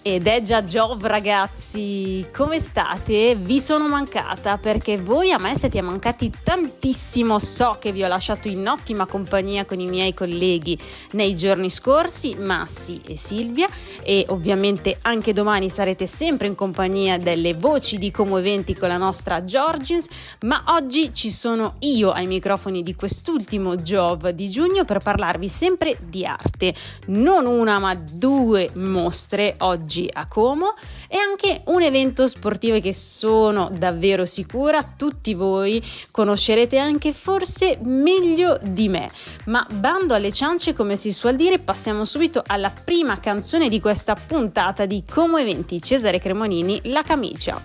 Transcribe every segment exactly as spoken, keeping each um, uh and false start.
Ed è già Giove, ragazzi, come state? Vi sono mancata perché voi a me siete mancati tantissimo. So che vi ho lasciato in ottima compagnia con i miei colleghi nei giorni scorsi, Massi e Silvia, e ovviamente anche domani sarete sempre in compagnia delle voci di Como Eventi con la nostra Georgins, ma oggi ci sono io ai microfoni di quest'ultimo Giove di giugno per parlarvi sempre di arte. Non una ma due mostre oggi a Como e anche un evento sportivo che sono davvero sicura tutti voi conoscerete anche forse meglio di me. Ma bando alle ciance, come si suol dire, passiamo subito alla prima canzone di questa puntata di Como Eventi. Cesare Cremonini, La camicia.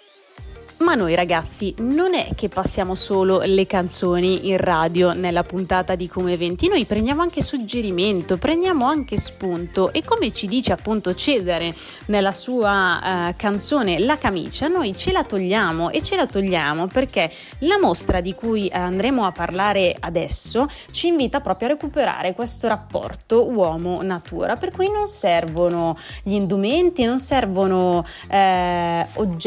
Ma noi ragazzi non è che passiamo solo le canzoni in radio nella puntata di Como Eventi, noi prendiamo anche suggerimento, prendiamo anche spunto e come ci dice appunto Cesare nella sua uh, canzone La camicia, noi ce la togliamo e ce la togliamo perché la mostra di cui andremo a parlare adesso ci invita proprio a recuperare questo rapporto uomo-natura, per cui non servono gli indumenti, non servono eh,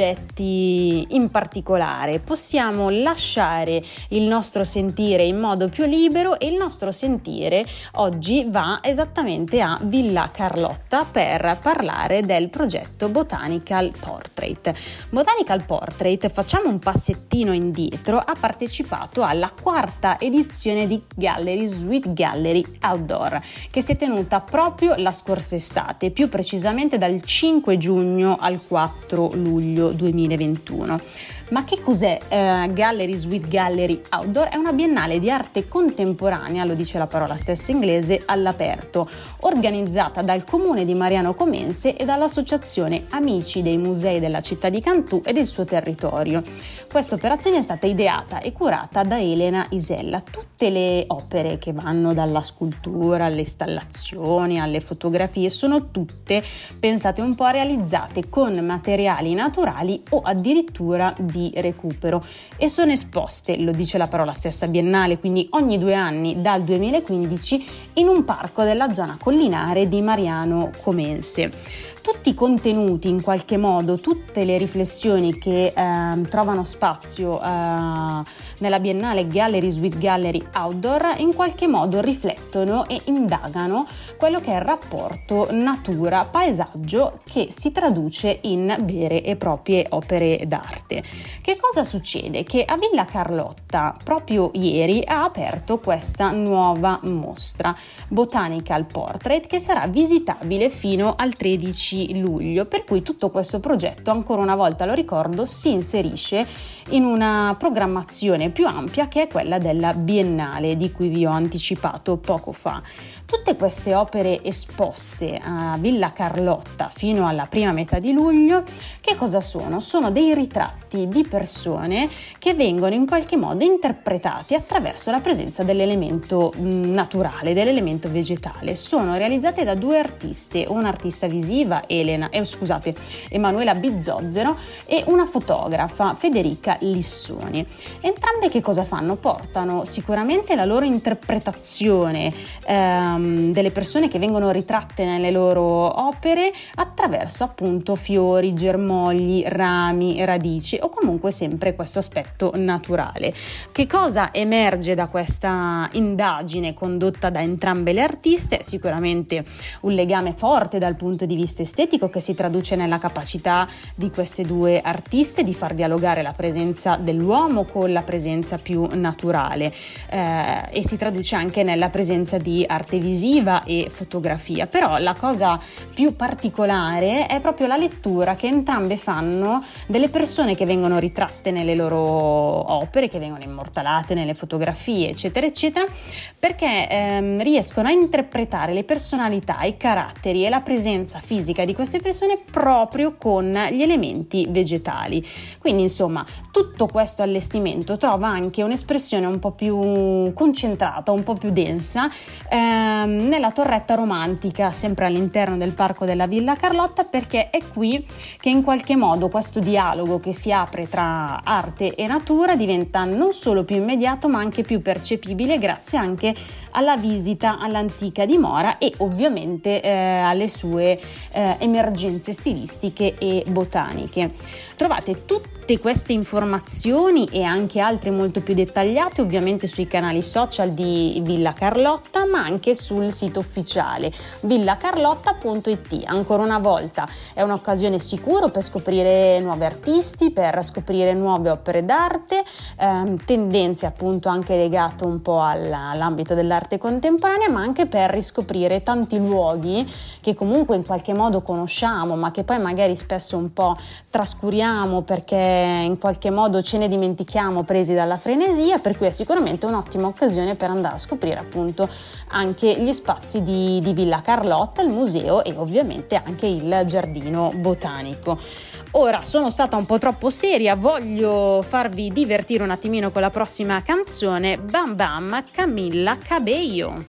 oggetti in particolare, possiamo lasciare il nostro sentire in modo più libero e il nostro sentire oggi va esattamente a Villa Carlotta per parlare del progetto Botanical Portrait. Botanical Portrait, facciamo un passettino indietro, ha partecipato alla quarta edizione di Gallery Sweet Gallery Outdoor che si è tenuta proprio la scorsa estate, più precisamente dal cinque giugno al quattro luglio duemilaventuno. Ma che cos'è eh, Gallery Sweet Gallery Outdoor? È una biennale di arte contemporanea, lo dice la parola stessa inglese, all'aperto, organizzata dal Comune di Mariano Comense e dall'Associazione Amici dei Musei della città di Cantù e del suo territorio. Questa operazione è stata ideata e curata da Elena Isella. Tutte le opere che vanno dalla scultura alle installazioni, alle fotografie, sono tutte pensate un po' realizzate con materiali naturali o addirittura di recupero e sono esposte, lo dice la parola stessa, biennale, quindi ogni due anni dal duemilaquindici in un parco della zona collinare di Mariano Comense. Tutti i contenuti in qualche modo, tutte le riflessioni che eh, trovano spazio eh, nella biennale Gallery Sweet Gallery Outdoor in qualche modo riflettono e indagano quello che è il rapporto natura-paesaggio che si traduce in vere e proprie opere d'arte. Che cosa succede? Che a Villa Carlotta proprio ieri ha aperto questa nuova mostra Botanical Portrait che sarà visitabile fino al tredici luglio, per cui tutto questo progetto, ancora una volta lo ricordo, si inserisce in una programmazione più ampia che è quella della biennale di cui vi ho anticipato poco fa. Tutte queste opere esposte a Villa Carlotta fino alla prima metà di luglio, che cosa sono? Sono dei ritratti di persone che vengono in qualche modo interpretati attraverso la presenza dell'elemento naturale, dell'elemento vegetale. Sono realizzate da due artiste, un'artista visiva, Elena, eh, scusate, Emanuela Bizzozzero, e una fotografa, Federica Lissoni. Entrambe che cosa fanno? Portano sicuramente la loro interpretazione ehm, delle persone che vengono ritratte nelle loro opere attraverso appunto fiori, germogli, rami, radici o comunque sempre questo aspetto naturale. Che cosa emerge da questa indagine condotta da entrambe le artiste? Sicuramente un legame forte dal punto di vista estetico che si traduce nella capacità di queste due artiste di far dialogare la presenza dell'uomo con la presenza più naturale eh, e si traduce anche nella presenza di arte visiva e fotografia. Però la cosa più particolare è proprio la lettura che entrambe fanno delle persone che vengono ritratte nelle loro opere, che vengono immortalate nelle fotografie, eccetera eccetera, perché ehm, riescono a interpretare le personalità, i caratteri e la presenza fisica di queste persone proprio con gli elementi vegetali. Quindi insomma tutto questo allestimento trova anche un'espressione un po' più concentrata, un po' più densa ehm, nella torretta romantica sempre all'interno del parco della Villa Carlotta, perché è qui che in qualche modo questo dialogo che si apre tra arte e natura diventa non solo più immediato ma anche più percepibile grazie anche alla visita all'antica dimora e ovviamente eh, alle sue eh, eh, emergenze stilistiche e botaniche. Trovate tutte queste informazioni e anche altre molto più dettagliate ovviamente sui canali social di Villa Carlotta, ma anche sul sito ufficiale villa carlotta punto it. Ancora una volta è un'occasione sicura per scoprire nuovi artisti, per scoprire nuove opere d'arte, ehm, tendenze appunto anche legate un po' alla, all'ambito dell'arte contemporanea, ma anche per riscoprire tanti luoghi che comunque in qualche modo conosciamo, ma che poi magari spesso un po' trascuriamo perché in qualche modo ce ne dimentichiamo presi dalla frenesia, per cui è sicuramente un'ottima occasione per andare a scoprire appunto anche gli spazi di, di Villa Carlotta, il museo e ovviamente anche il giardino botanico. Ora sono stata un po' troppo seria, voglio farvi divertire un attimino con la prossima canzone, Bam Bam, Camila Cabello.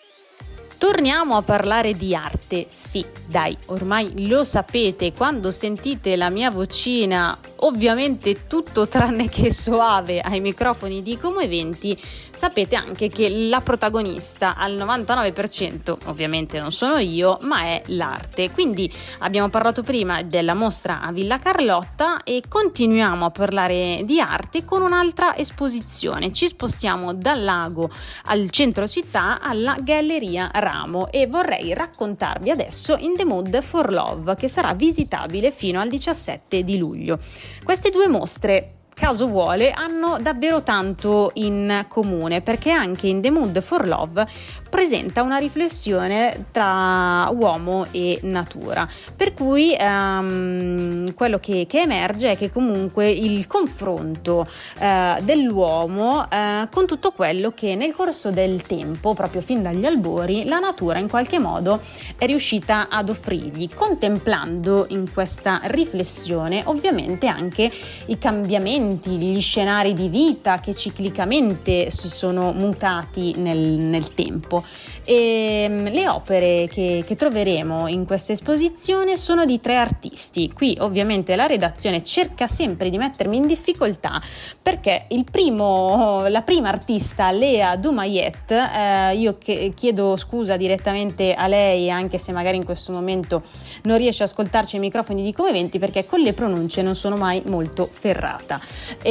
Torniamo a parlare di arte, sì, dai, ormai lo sapete, quando sentite la mia vocina, ovviamente tutto tranne che soave ai microfoni di Como Eventi, sapete anche che la protagonista al novantanove per cento, ovviamente non sono io, ma è l'arte. Quindi abbiamo parlato prima della mostra a Villa Carlotta e continuiamo a parlare di arte con un'altra esposizione. Ci spostiamo dal lago al centro città alla Galleria Ramo e vorrei raccontarvi adesso In the Mood for Love, che sarà visitabile fino al diciassette di luglio. Queste due mostre, caso vuole, hanno davvero tanto in comune, perché anche In the Mood for Love presenta una riflessione tra uomo e natura, per cui um, quello che, che emerge è che comunque il confronto uh, dell'uomo uh, con tutto quello che nel corso del tempo, proprio fin dagli albori, la natura in qualche modo è riuscita ad offrirgli, contemplando in questa riflessione ovviamente anche i cambiamenti, gli scenari di vita che ciclicamente si sono mutati nel, nel tempo. E le opere che, che troveremo in questa esposizione sono di tre artisti. Qui ovviamente la redazione cerca sempre di mettermi in difficoltà perché il primo, la prima artista, Lea Dumayet, eh, io che, chiedo scusa direttamente a lei, anche se magari in questo momento non riesce a ascoltarci ai microfoni di Como Eventi, perché con le pronunce non sono mai molto ferrata.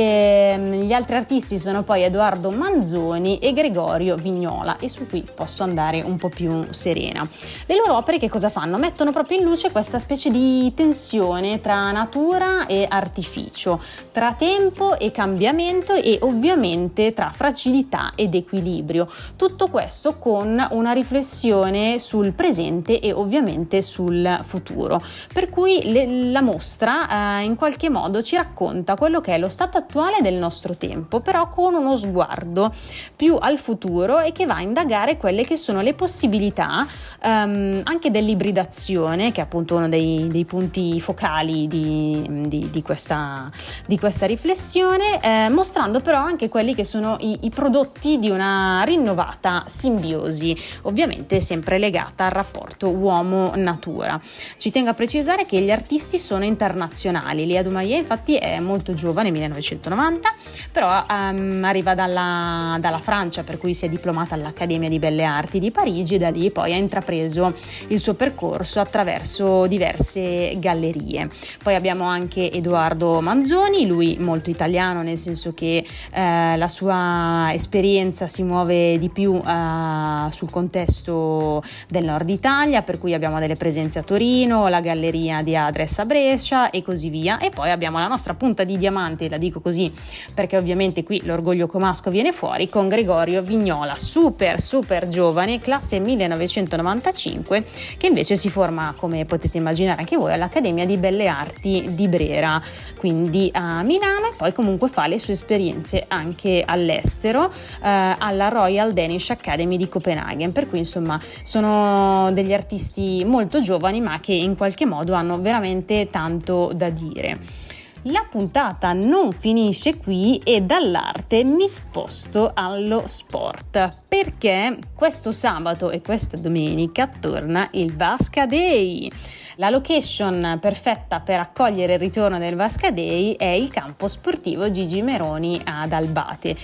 E, gli altri artisti sono poi Edoardo Manzoni e Gregorio Vignola, e su qui posso andare un po' più serena. Le loro opere che cosa fanno? Mettono proprio in luce questa specie di tensione tra natura e artificio, tra tempo e cambiamento e ovviamente tra fragilità ed equilibrio. Tutto questo con una riflessione sul presente e ovviamente sul futuro. Per cui le, la mostra eh, in qualche modo ci racconta quello che è lo stato attuale del nostro tempo, però con uno sguardo più al futuro e che va a indagare quelle che sono le possibilità um, anche dell'ibridazione, che è appunto uno dei, dei punti focali di, di, di, questa, di questa riflessione, eh, mostrando però anche quelli che sono i, i prodotti di una rinnovata simbiosi, ovviamente sempre legata al rapporto uomo-natura. Ci tengo a precisare che gli artisti sono internazionali. Lea Dumayet infatti è molto giovane, millenovecentonovanta, però um, arriva dalla, dalla Francia, per cui si è diplomata all'Accademia di Belle Arti di Parigi e da lì poi ha intrapreso il suo percorso attraverso diverse gallerie. Poi abbiamo anche Edoardo Manzoni, lui molto italiano, nel senso che eh, la sua esperienza si muove di più eh, sul contesto del nord Italia, per cui abbiamo delle presenze a Torino, la galleria di Adres a Brescia e così via. E poi abbiamo la nostra punta di diamante, la dico così perché ovviamente qui l'orgoglio comasco viene fuori, con Gregorio Vignola, super super giovane, classe millenovecentonovantacinque, che invece si forma, come potete immaginare anche voi, all'Accademia di Belle Arti di Brera, quindi a Milano, e poi comunque fa le sue esperienze anche all'estero, eh, alla Royal Danish Academy di Copenaghen, per cui insomma sono degli artisti molto giovani ma che in qualche modo hanno veramente tanto da dire. La puntata non finisce qui e dall'arte mi sposto allo sport, perché questo sabato e questa domenica torna il Vasca Day. La location perfetta per accogliere il ritorno del Vasca Day è il campo sportivo Gigi Meroni ad Albate.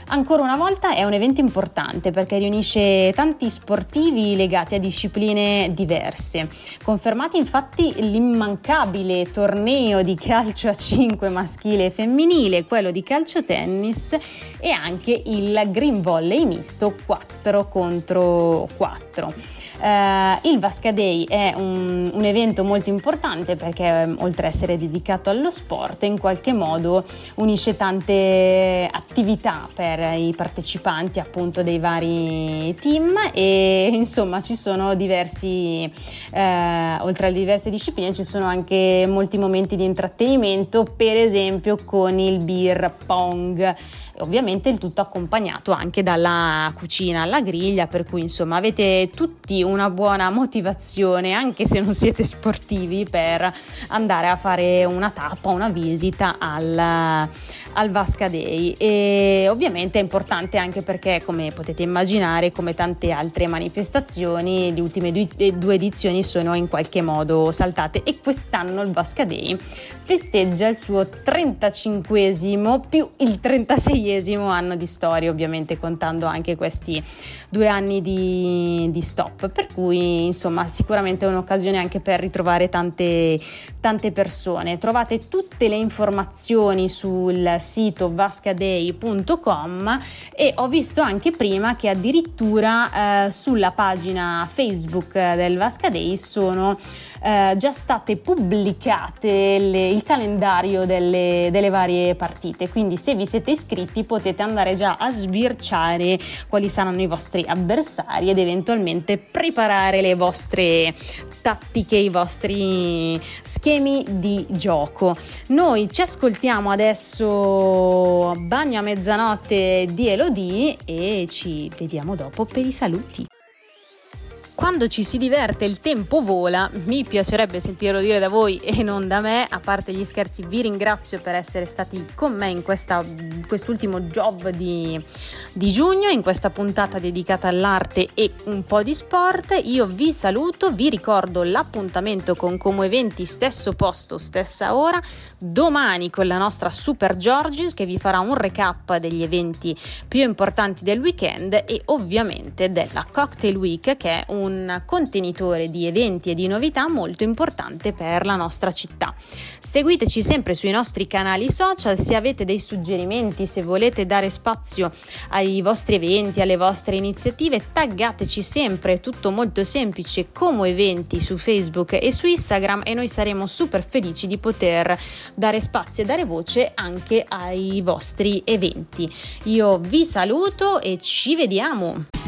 Ancora una volta è un evento importante perché riunisce tanti sportivi legati a discipline diverse. Confermati infatti l'immancabile torneo di calcio a cinque maschile e femminile, quello di calcio tennis e anche il green volley misto quattro contro quattro. Uh, il Vasca Day è un, un evento molto importante perché, oltre a essere dedicato allo sport, in qualche modo unisce tante attività per i partecipanti appunto dei vari team e insomma ci sono diversi, uh, oltre alle diverse discipline ci sono anche molti momenti di intrattenimento, per esempio con il beer pong. Ovviamente il tutto accompagnato anche dalla cucina alla griglia, per cui insomma avete tutti una buona motivazione, anche se non siete sportivi, per andare a fare una tappa, una visita al, al Vasca Day. E ovviamente è importante anche perché, come potete immaginare, come tante altre manifestazioni, le ultime due, due edizioni sono in qualche modo saltate e quest'anno il Vasca Day festeggia il suo trentacinquesimo più il trentaseiesimo anno di storia, ovviamente contando anche questi due anni di, di stop, per cui insomma sicuramente è un'occasione anche per ritrovare tante, tante persone. Trovate tutte le informazioni sul sito vascaday punto com e ho visto anche prima che addirittura eh, sulla pagina Facebook del Vasca Day sono eh, già state pubblicate le, il calendario delle, delle varie partite, quindi se vi siete iscritti potete andare già a sbirciare quali saranno i vostri avversari ed eventualmente preparare le vostre tattiche, i vostri schemi di gioco. Noi ci ascoltiamo adesso Bagno a mezzanotte di Elodie e ci vediamo dopo per i saluti. Quando ci si diverte il tempo vola, mi piacerebbe sentirlo dire da voi e non da me. A parte gli scherzi, vi ringrazio per essere stati con me in questa, quest'ultimo job di, di giugno, in questa puntata dedicata all'arte e un po' di sport. Io vi saluto, vi ricordo l'appuntamento con Como Eventi, stesso posto, stessa ora, domani con la nostra Super Giorgis che vi farà un recap degli eventi più importanti del weekend e ovviamente della Cocktail Week, che è un un contenitore di eventi e di novità molto importante per la nostra città. Seguiteci sempre sui nostri canali social, se avete dei suggerimenti, se volete dare spazio ai vostri eventi, alle vostre iniziative, taggateci sempre, tutto molto semplice, Como Eventi su Facebook e su Instagram e noi saremo super felici di poter dare spazio e dare voce anche ai vostri eventi. Io vi saluto e ci vediamo!